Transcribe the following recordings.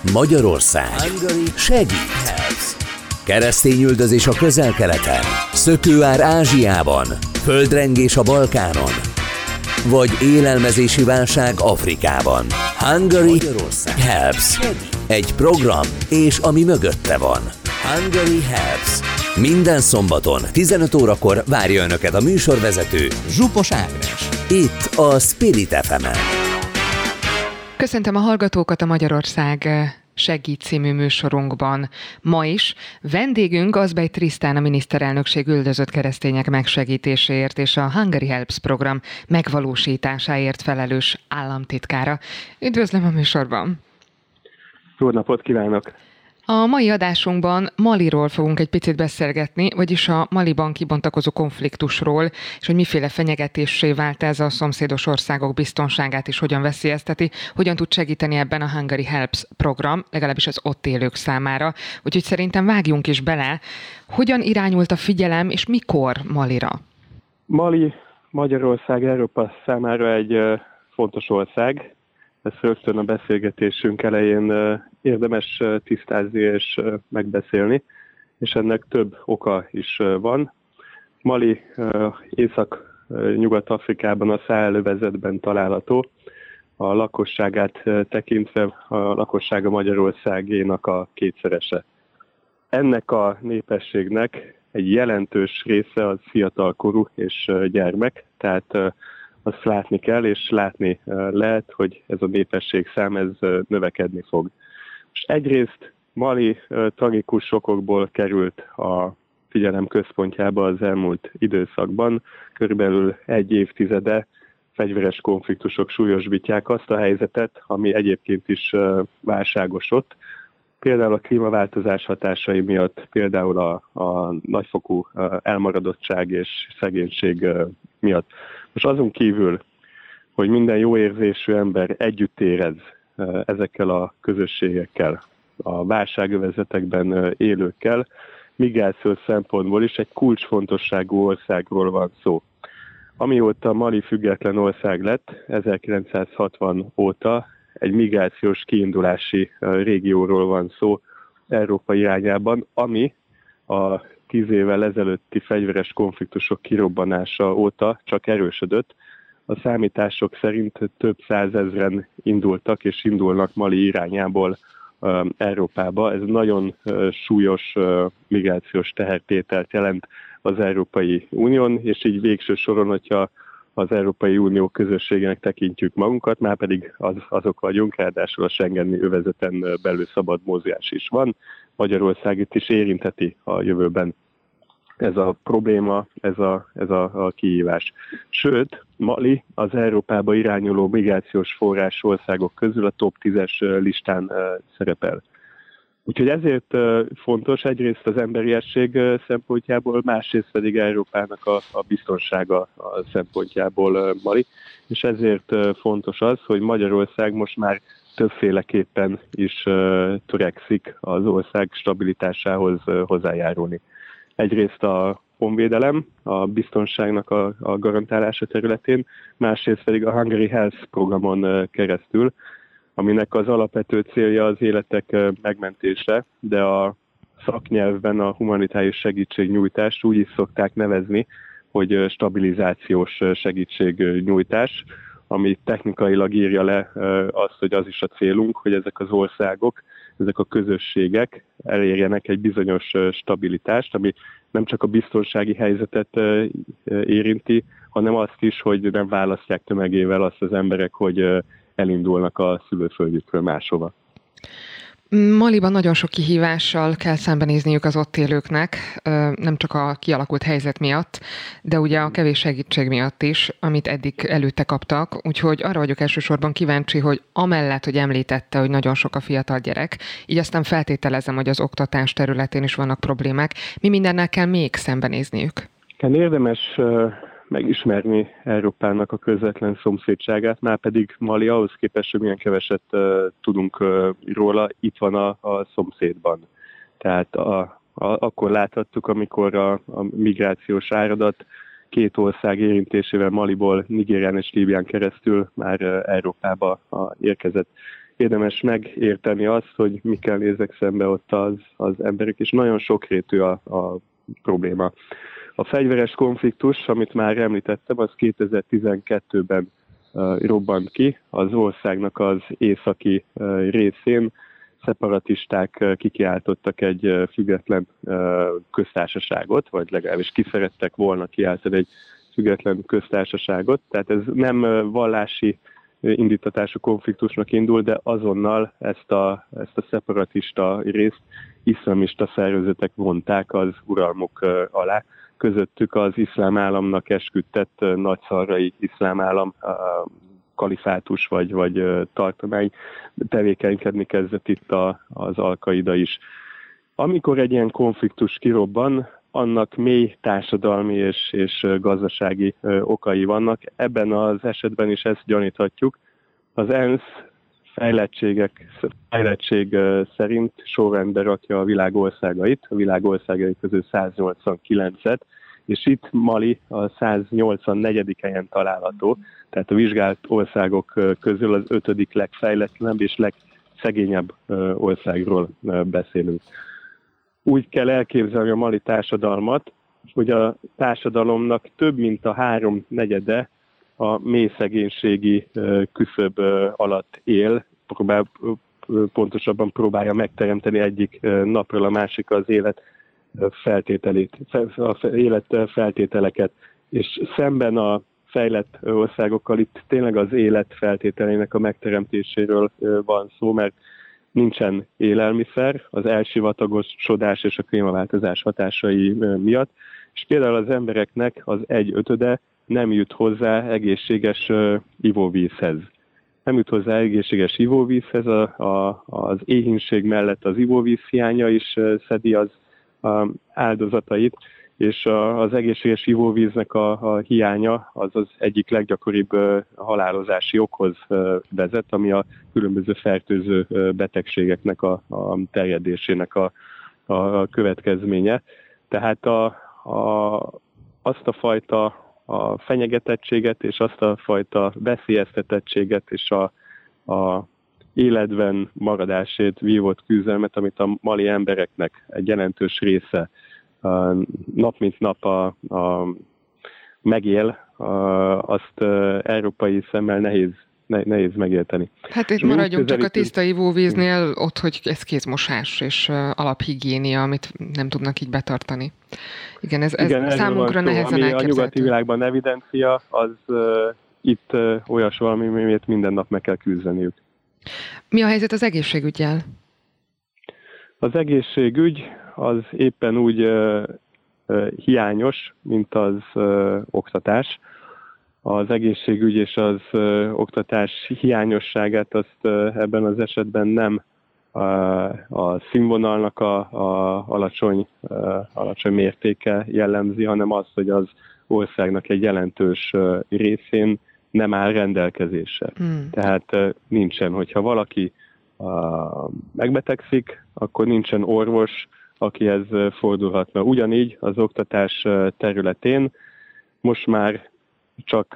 Magyarország segít. Keresztényüldözés a Közel-Keleten, szökőár Ázsiában, földrengés a Balkánon, vagy élelmezési válság Afrikában. Hungary Helps. Egy program, és ami mögötte van. Hungary Helps. Minden szombaton 15 órakor várja Önöket a műsorvezető, Zsupos Ágnes. Itt a Spirit FM-en. Köszöntöm a hallgatókat a Magyarország Segít című műsorunkban. Ma is vendégünk Azbej Trisztán, a miniszterelnökség üldözött keresztények megsegítéséért és a Hungary Helps program megvalósításáért felelős államtitkára. Üdvözlöm a műsorban! Jó napot kívánok! A mai adásunkban Maliról fogunk egy picit beszélgetni, vagyis a Maliban kibontakozó konfliktusról, és hogy miféle fenyegetéssé vált ez a szomszédos országok biztonságát is hogyan veszélyezteti, hogyan tud segíteni ebben a Hungary Helps program, legalábbis az ott élők számára. Úgyhogy szerintem vágjunk is bele, hogyan irányult a figyelem, és mikor Malira? Mali, Magyarország, Európa számára egy fontos ország. Ezt rögtön a beszélgetésünk elején érdemes tisztázni és megbeszélni, és ennek több oka is van. Mali Észak-Nyugat-Afrikában, a Száhel-övezetben található, a lakosságát tekintve a lakossága Magyarországénak a kétszerese. Ennek a népességnek egy jelentős része az fiatalkorú és gyermek, tehát azt látni kell, és látni lehet, hogy ez a népességszám ez növekedni fog. És egyrészt Mali tragikus sokokból került a figyelem központjába az elmúlt időszakban. Körülbelül egy évtizede fegyveres konfliktusok súlyosbítják azt a helyzetet, ami egyébként is válságos ott. Például a klímaváltozás hatásai miatt, például a nagyfokú elmaradottság és szegénység miatt. Most azon kívül, hogy minden jó érzésű ember együtt érez ezekkel a közösségekkel, a válságövezetekben élőkkel, migrációs szempontból is egy kulcsfontosságú országról van szó. Amióta Mali független ország lett, 1960 óta egy migrációs kiindulási régióról van szó Európa irányában, ami a 10 évvel ezelőtti fegyveres konfliktusok kirobbanása óta csak erősödött. A számítások szerint több százezren indultak és indulnak Mali irányából Európába. Ez nagyon súlyos migrációs tehertételt jelent az Európai Unión, és így végső soron, hogyha az Európai Unió közösségének tekintjük magunkat, már pedig azok vagyunk, ráadásul a Schengeni övezeten belül szabad mozgás is van. Magyarország itt is érintheti a jövőben ez a probléma, ez a kihívás. Sőt, Mali az Európába irányuló migrációs forrás országok közül a top 10-es listán szerepel. Úgyhogy ezért fontos egyrészt az emberiesség szempontjából, másrészt pedig Európának a biztonsága szempontjából Mali, és ezért fontos az, hogy Magyarország most már többféleképpen is törekszik az ország stabilitásához hozzájárulni. Egyrészt a honvédelem, a biztonságnak a garantálása területén, másrészt pedig a Hungary Helps programon keresztül, aminek az alapvető célja az életek megmentése, de a szaknyelvben a humanitárius segítségnyújtást úgy is szokták nevezni, hogy stabilizációs segítségnyújtás, ami technikailag írja le azt, hogy az is a célunk, hogy ezek az országok, ezek a közösségek elérjenek egy bizonyos stabilitást, ami nem csak a biztonsági helyzetet érinti, hanem azt is, hogy nem választják tömegével azt az emberek, hogy elindulnak a szülőföldjükről máshova. Maliban nagyon sok kihívással kell szembenézniük az ott élőknek, nem csak a kialakult helyzet miatt, de ugye a kevés segítség miatt is, amit eddig előtte kaptak. Úgyhogy arra vagyok elsősorban kíváncsi, hogy amellett, hogy említette, hogy nagyon sok a fiatal gyerek, így aztán feltételezem, hogy az oktatás területén is vannak problémák. Mi mindennel kell még szembenézniük? Érdemes megismerni Európának a közvetlen szomszédságát, már pedig Mali ahhoz képest, hogy milyen keveset tudunk róla, itt van a szomszédban. Tehát akkor láthattuk, amikor a migrációs áradat két ország érintésével Maliból, Nigérián és Líbián keresztül már Európába érkezett. érdemes megérteni azt, hogy mikkel nézek szembe ott az emberek, és nagyon sokrétű a probléma. A fegyveres konfliktus, amit már említettem, az 2012-ben robbant ki. Az országnak az északi részén szeparatisták kikiáltottak egy független köztársaságot, vagy legalábbis ki szerettek volna kiáltani egy független köztársaságot. Tehát ez nem vallási indítatású konfliktusnak indul, de azonnal ezt a szeparatista részt iszlamista szervezetek vonták az uralmuk alá. Közöttük az iszlám államnak esküdtett nagyszarrai iszlám állam, kalifátus vagy tartomány tevékenykedni kezdett itt az Al-Qaida is. Amikor egy ilyen konfliktus kirobban, annak mély társadalmi és gazdasági okai vannak. Ebben az esetben is ezt gyaníthatjuk. Az ENSZ fejlettség szerint sorrendbe rakja a világ országait, a világ országai közül 189-et, és itt Mali a 184. helyen található, tehát a vizsgált országok közül az 5. legfejletlenebb és legszegényebb országról beszélünk. Úgy kell elképzelni a mali társadalmat, hogy a társadalomnak több mint a 3/4 a mély szegénységi küszöb alatt él, pontosabban próbálja megteremteni egyik napról a másikra az életfeltételeket. És szemben a fejlett országokkal itt tényleg az életfeltételének a megteremtéséről van szó, mert nincsen élelmiszer az elsivatagosodás és a klímaváltozás hatásai miatt, és például az embereknek az 1/5 nem jut hozzá egészséges ivóvízhez. Nem jut hozzá egészséges ivóvízhez, az éhínség mellett az ivóvíz hiánya is szedi az áldozatait, és az egészséges ivóvíznek a hiánya az egyik leggyakoribb halálozási okhoz vezet, ami a különböző fertőző betegségeknek a terjedésének a következménye. Tehát azt a fajta a fenyegetettséget és azt a fajta veszélyeztetettséget és a életben maradásért vívott küzdelmet, amit a mali embereknek egy jelentős része nap mint nap megél, azt európai szemmel nehéz megérteni. Hát itt maradjunk csak a tiszta ivóvíznél, ott, hogy ez kézmosás és alaphigiénia, amit nem tudnak így betartani. Igen, ez számunkra nehezen elképzelhető. A nyugati világban evidencia, az itt olyas valami, amit minden nap meg kell küzdeniük. Mi a helyzet az egészségüggyel? Az egészségügy az éppen úgy hiányos, mint az oktatás. Az egészségügy és az oktatás hiányosságát azt ebben az esetben nem a színvonalnak a alacsony mértéke jellemzi, hanem az, hogy az országnak egy jelentős részén nem áll rendelkezésre. Tehát nincsen, hogyha valaki megbetegszik, akkor nincsen orvos, akihez fordulhatna. Ugyanígy az oktatás területén most már csak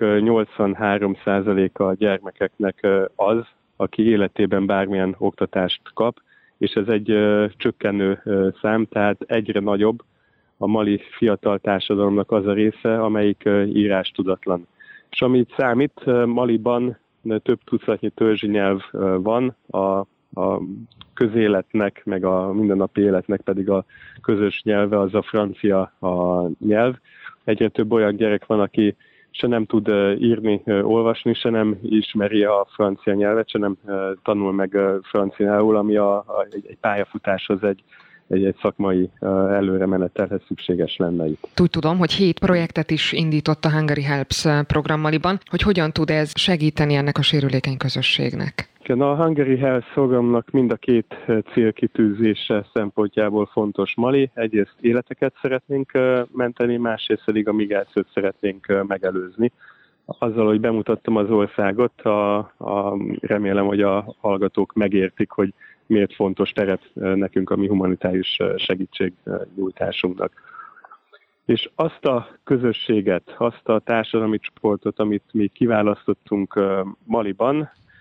83%-a a gyermekeknek az, aki életében bármilyen oktatást kap, és ez egy csökkenő szám, tehát egyre nagyobb a mali fiatal társadalomnak az a része, amelyik írástudatlan. És amit számít, Maliban több tucatnyi törzsi nyelv van, a közéletnek, meg a mindennapi életnek pedig a közös nyelve, az a francia nyelv. Egyre több olyan gyerek van, aki se nem tud írni, olvasni, se nem ismeri a francia nyelvet, se nem tanul meg franciául, ami egy pályafutáshoz, egy szakmai előremenetelhez szükséges lenne itt. Úgy tudom, hogy 7 projektet is indított a Hungary Helps program Maliban, hogy hogyan tud ez segíteni ennek a sérülékeny közösségnek? A Hungary Helps programnak mind a 2 célkitűzése szempontjából fontos Mali. Egyrészt életeket szeretnénk menteni, másrészt pedig a migrációt szeretnénk megelőzni. Azzal, hogy bemutattam az országot, remélem, hogy a hallgatók megértik, hogy miért fontos terep nekünk a mi humanitárius segítségnyújtásunknak. És azt a közösséget, azt a társadalmi csoportot, amit mi kiválasztottunk Maliban,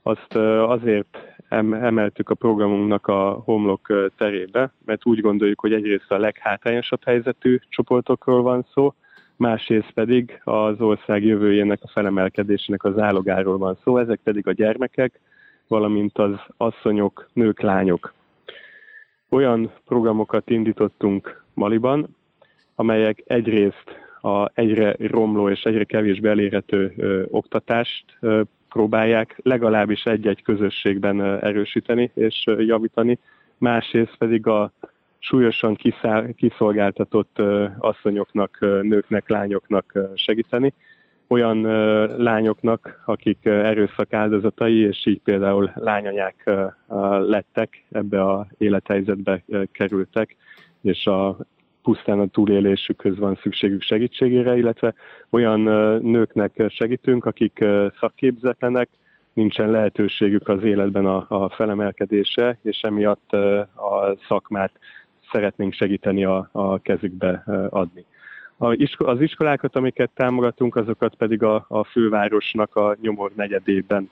azt azért emeltük a programunknak a homlok terébe, mert úgy gondoljuk, hogy egyrészt a leghátrányosabb helyzetű csoportokról van szó, másrészt pedig az ország jövőjének a felemelkedésének az álogáról van szó, ezek pedig a gyermekek, valamint az asszonyok, nők, lányok. Olyan programokat indítottunk Maliban, amelyek egyrészt a egyre romló és egyre kevésbé elérhető oktatást próbálják legalábbis egy-egy közösségben erősíteni és javítani, másrészt pedig a súlyosan kiszolgáltatott asszonyoknak, nőknek, lányoknak segíteni. Olyan lányoknak, akik erőszak áldozatai, és így például lányanyák lettek, ebbe a élethelyzetbe kerültek, és pusztán a túlélésükhöz van szükségük segítségére, illetve olyan nőknek segítünk, akik szakképzetlenek, nincsen lehetőségük az életben a felemelkedésre, és emiatt a szakmát szeretnénk segíteni a kezükbe adni. Az iskolákat, amiket támogatunk, azokat pedig a fővárosnak a Nyomor negyedében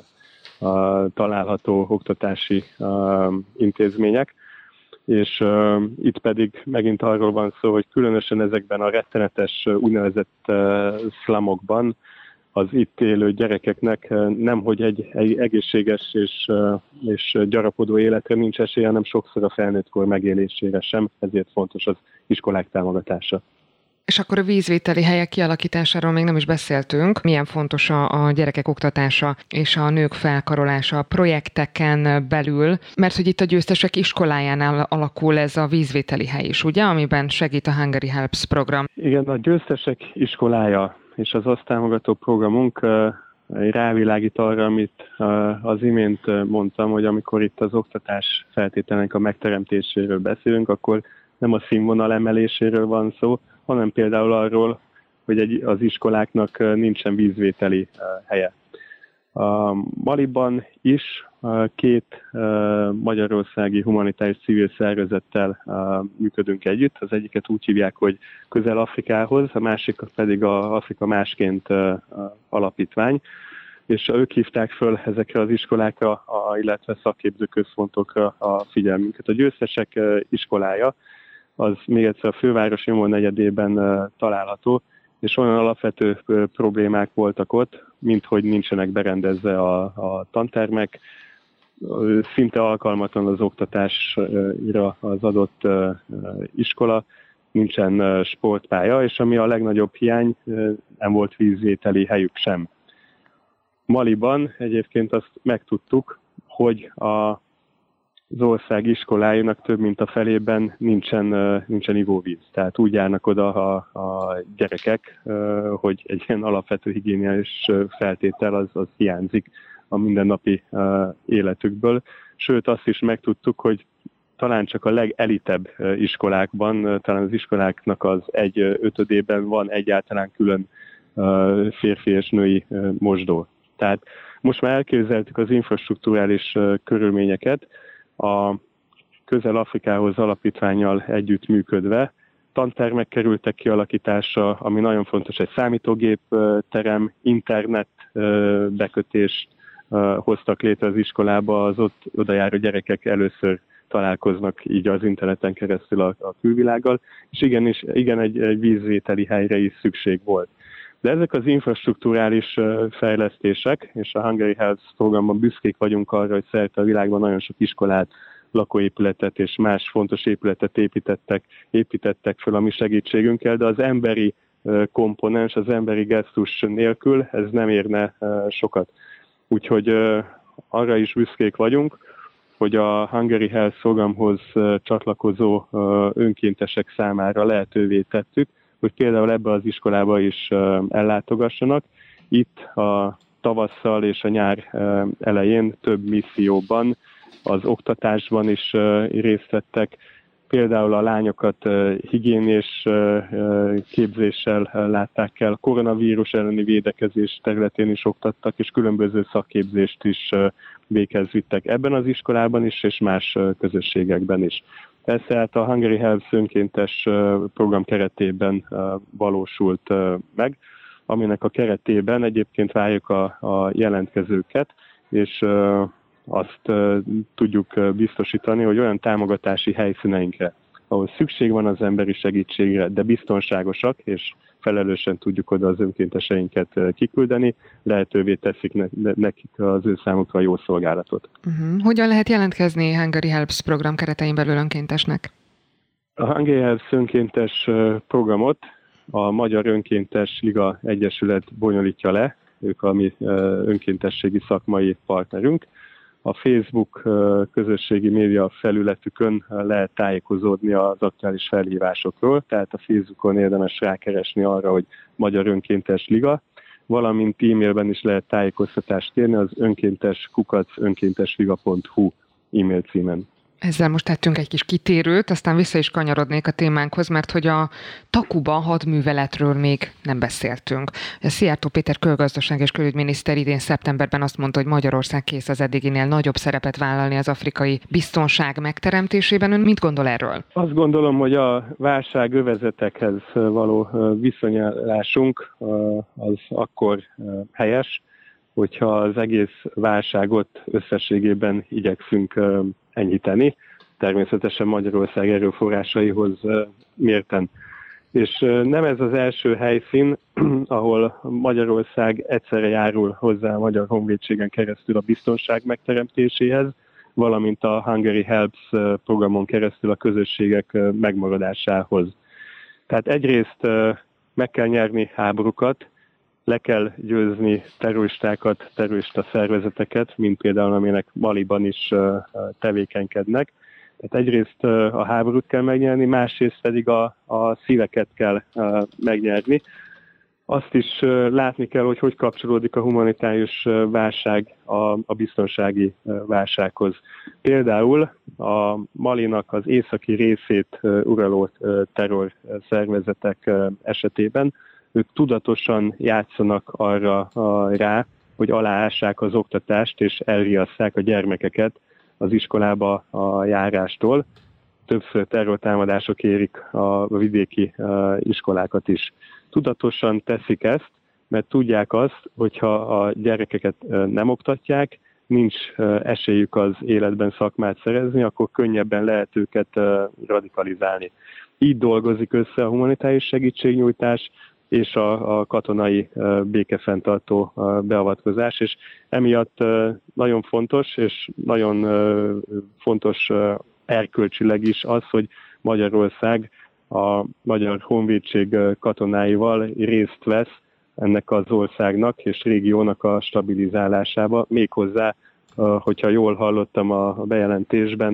található oktatási intézmények, és itt pedig megint arról van szó, hogy különösen ezekben a rettenetes úgynevezett szlamokban az itt élő gyerekeknek nemhogy egy egészséges és gyarapodó életre nincs esélye, hanem sokszor a felnőttkor megélésére sem, ezért fontos az iskolák támogatása. És akkor a vízvételi helyek kialakításáról még nem is beszéltünk. Milyen fontos a gyerekek oktatása és a nők felkarolása a projekteken belül, mert hogy itt a győztesek iskolájánál alakul ez a vízvételi hely is, ugye, amiben segít a Hungary Helps program. Igen, a győztesek iskolája és az azt támogató programunk rávilágít arra, amit az imént mondtam, hogy amikor itt az oktatás feltételének a megteremtéséről beszélünk, akkor nem a színvonal emeléséről van szó, hanem például arról, hogy az iskoláknak nincsen vízvételi helye. Maliban is két magyarországi humanitárius civil szervezettel működünk együtt. Az egyiket úgy hívják, hogy Közel-Afrikához, a másik pedig a Afrika Másként alapítvány, és ők hívták föl ezekre az iskolákra, illetve szakképzőközpontokra a figyelmünket. A győztesek iskolája az még egyszer a főváros Nyomor negyedében található, és olyan alapvető problémák voltak ott, mint hogy nincsenek berendezve a tantermek, szinte alkalmatlan az oktatásra az adott iskola, nincsen sportpálya, és ami a legnagyobb hiány, nem volt vízvételi helyük sem. Maliban egyébként azt megtudtuk, hogy az ország iskoláinak több mint a felében nincsen ivóvíz. Tehát úgy járnak oda a gyerekek, hogy egy ilyen alapvető higiéniás feltétel az hiányzik a mindennapi életükből. Sőt, azt is megtudtuk, hogy talán csak a legelitebb iskolákban, talán az iskoláknak az 1/5 van egyáltalán külön férfi és női mosdó. Tehát most már elképzeltük az infrastrukturális körülményeket, a Közel-Afrikához alapítvánnyal együttműködve tantermek kerültek kialakításra, ami nagyon fontos, egy számítógép terem, internet bekötést hoztak létre az iskolába, az ott odajáró gyerekek először találkoznak így az interneten keresztül a külvilággal, és igen, egy vízvételi helyre is szükség volt. De ezek az infrastrukturális fejlesztések, és a Hungary Helps programban büszkék vagyunk arra, hogy szerte a világban nagyon sok iskolát, lakóépületet és más fontos épületet építettek föl a mi segítségünkkel, de az emberi komponens, az emberi gesztus nélkül ez nem érne sokat. Úgyhogy arra is büszkék vagyunk, hogy a Hungary Helps programhoz csatlakozó önkéntesek számára lehetővé tettük, hogy például ebbe az iskolába is ellátogassanak. Itt a tavasszal és a nyár elején több misszióban, az oktatásban is részt vettek. Például a lányokat higiénés képzéssel látták el, koronavírus elleni védekezés területén is oktattak, és különböző szakképzést is véghez vittek ebben az iskolában is, és más közösségekben is. Ez tehát a Hungary Helps önkéntes program keretében valósult meg, aminek a keretében egyébként várjuk a jelentkezőket, és azt tudjuk biztosítani, hogy olyan támogatási helyszíneinkre, ahol szükség van az emberi segítségre, de biztonságosak, és felelősen tudjuk oda az önkénteseinket kiküldeni, lehetővé teszik nekik az ő számukra jó szolgálatot. Hogyan lehet jelentkezni Hungary Helps program keretein belül önkéntesnek? A Hungary Helps önkéntes programot a Magyar Önkéntes Liga Egyesület bonyolítja le, ők a mi önkéntességi szakmai partnerünk. A Facebook közösségi média felületükön lehet tájékozódni az aktuális felhívásokról, tehát a Facebookon érdemes rákeresni arra, hogy Magyar Önkéntes Liga, valamint e-mailben is lehet tájékoztatást kérni az önkéntes@önkéntesliga.hu e-mail címen. Ezzel most tettünk egy kis kitérőt, aztán vissza is kanyarodnék a témánkhoz, mert hogy a Takuba hadműveletről még nem beszéltünk. A Szijjártó Péter külgazdaság és külügyminiszter idén szeptemberben azt mondta, hogy Magyarország kész az eddiginél nagyobb szerepet vállalni az afrikai biztonság megteremtésében. Ön mit gondol erről? Azt gondolom, hogy a válságövezetekhez való viszonyulásunk az akkor helyes, hogyha az egész válságot összességében igyekszünk enyhíteni, természetesen Magyarország erőforrásaihoz mérten. És nem ez az első helyszín, ahol Magyarország egyszerre járul hozzá a Magyar Honvédségen keresztül a biztonság megteremtéséhez, valamint a Hungary Helps programon keresztül a közösségek megmaradásához. Tehát egyrészt meg kell nyerni háborúkat, le kell győzni terroristákat, terrorista szervezeteket, mint például amilyenek Maliban is tevékenykednek. Tehát egyrészt a háborút kell megnyerni, másrészt pedig a szíveket kell megnyerni. Azt is látni kell, hogy kapcsolódik a humanitárius válság a biztonsági válsághoz. Például a Malinak az északi részét uraló terrorszervezetek esetében ők tudatosan játszanak arra rá, hogy aláássák az oktatást és elriasszák a gyermekeket az iskolába a járástól. Többször terrortámadások érik a vidéki iskolákat is. Tudatosan teszik ezt, mert tudják azt, hogyha a gyerekeket nem oktatják, nincs esélyük az életben szakmát szerezni, akkor könnyebben lehet őket radikalizálni. Így dolgozik össze a humanitárius segítségnyújtás és a katonai békefenntartó beavatkozás, és emiatt nagyon fontos, és nagyon fontos erkölcsileg is az, hogy Magyarország a Magyar Honvédség katonáival részt vesz ennek az országnak és régiónak a stabilizálásába, méghozzá, hogyha jól hallottam a bejelentésben,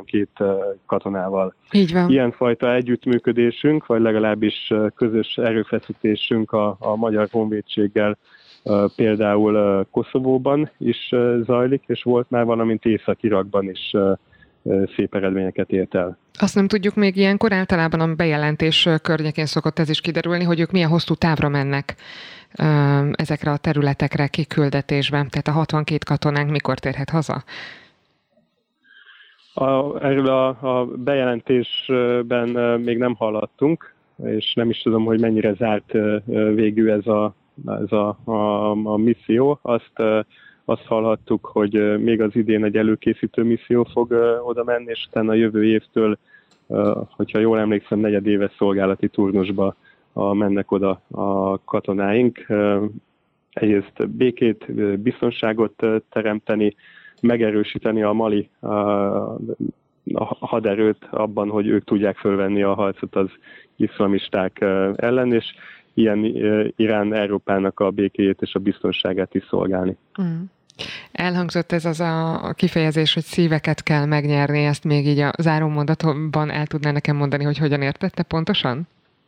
62 katonával. Így van. Ilyenfajta együttműködésünk, vagy legalábbis közös erőfeszítésünk a Magyar Honvédséggel például Koszovóban is zajlik, és volt már, valamint Észak-Irakban is szép eredményeket ért el. Azt nem tudjuk még ilyenkor, általában a bejelentés környékén szokott ez is kiderülni, hogy ők milyen hosszú távra mennek ezekre a területekre kiküldetésben. Tehát a 62 katonánk mikor térhet haza? Erről a bejelentésben még nem hallottunk, és nem is tudom, hogy mennyire zárt végű ez a misszió. Azt hallhattuk, hogy még az idén egy előkészítő misszió fog oda menni, és utána a jövő évtől, hogyha jól emlékszem, negyedéves szolgálati turnusba mennek oda a katonáink. Egyrészt békét, biztonságot teremteni, megerősíteni a mali haderőt abban, hogy ők tudják fölvenni a harcot az iszlamisták ellen, és ilyen irán Európának a békéjét és a biztonságát is szolgálni. Elhangzott ez az a kifejezés, hogy szíveket kell megnyerni, ezt még így a zárómondatban el tudná nekem mondani, hogy hogyan értette pontosan?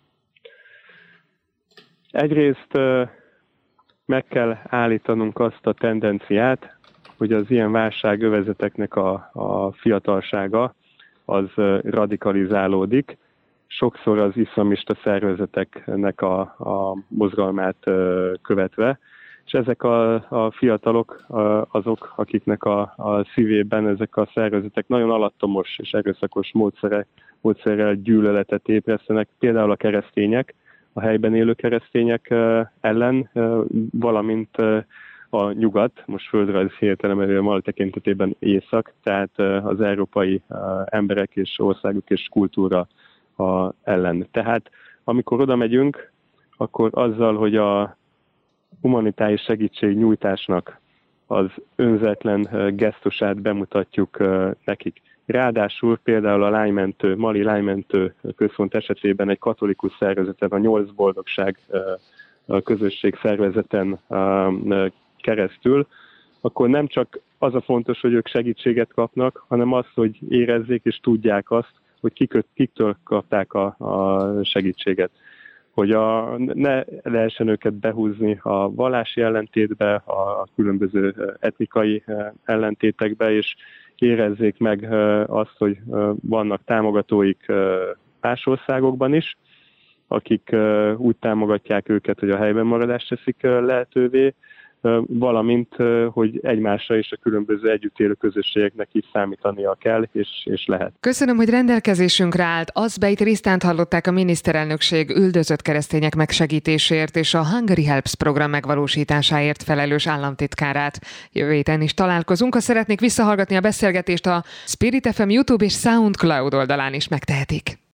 Egyrészt meg kell állítanunk azt a tendenciát, hogy az ilyen válságövezeteknek a fiatalsága az radikalizálódik. Sokszor az iszlamista szervezeteknek a mozgalmát követve, és ezek a fiatalok azok, akiknek a szívében ezek a szervezetek nagyon alattomos és erőszakos módszerrel gyűlöletet ébresztenek, például a keresztények, a helyben élő keresztények ellen, valamint a nyugat, most földrajzi értelemben Mali tekintetében észak, tehát az európai emberek és országok és kultúra ellen. Tehát amikor oda megyünk, akkor azzal, hogy a humanitárius segítségnyújtásnak az önzetlen gesztusát bemutatjuk nekik. Ráadásul például a Mali lánymentő központ esetében egy katolikus szervezeten, a 8 boldogság közösség szervezeten keresztül, akkor nem csak az a fontos, hogy ők segítséget kapnak, hanem az, hogy érezzék és tudják azt, hogy kiktől kapták a segítséget. Hogy ne lehessen őket behúzni a vallási ellentétbe, a különböző etnikai ellentétekbe, és érezzék meg azt, hogy vannak támogatóik más országokban is, akik úgy támogatják őket, hogy a helyben maradást teszik lehetővé, valamint, hogy egymásra és a különböző együtt élő közösségeknek is számítania kell, és lehet. Köszönöm, hogy rendelkezésünkre állt. Azbejt Risztánt hallották, a miniszterelnökség üldözött keresztények megsegítésért és a Hungary Helps program megvalósításáért felelős államtitkárát. Jövő héten is találkozunk. Ha szeretnék visszahallgatni a beszélgetést, a Spirit FM YouTube és SoundCloud oldalán is megtehetik.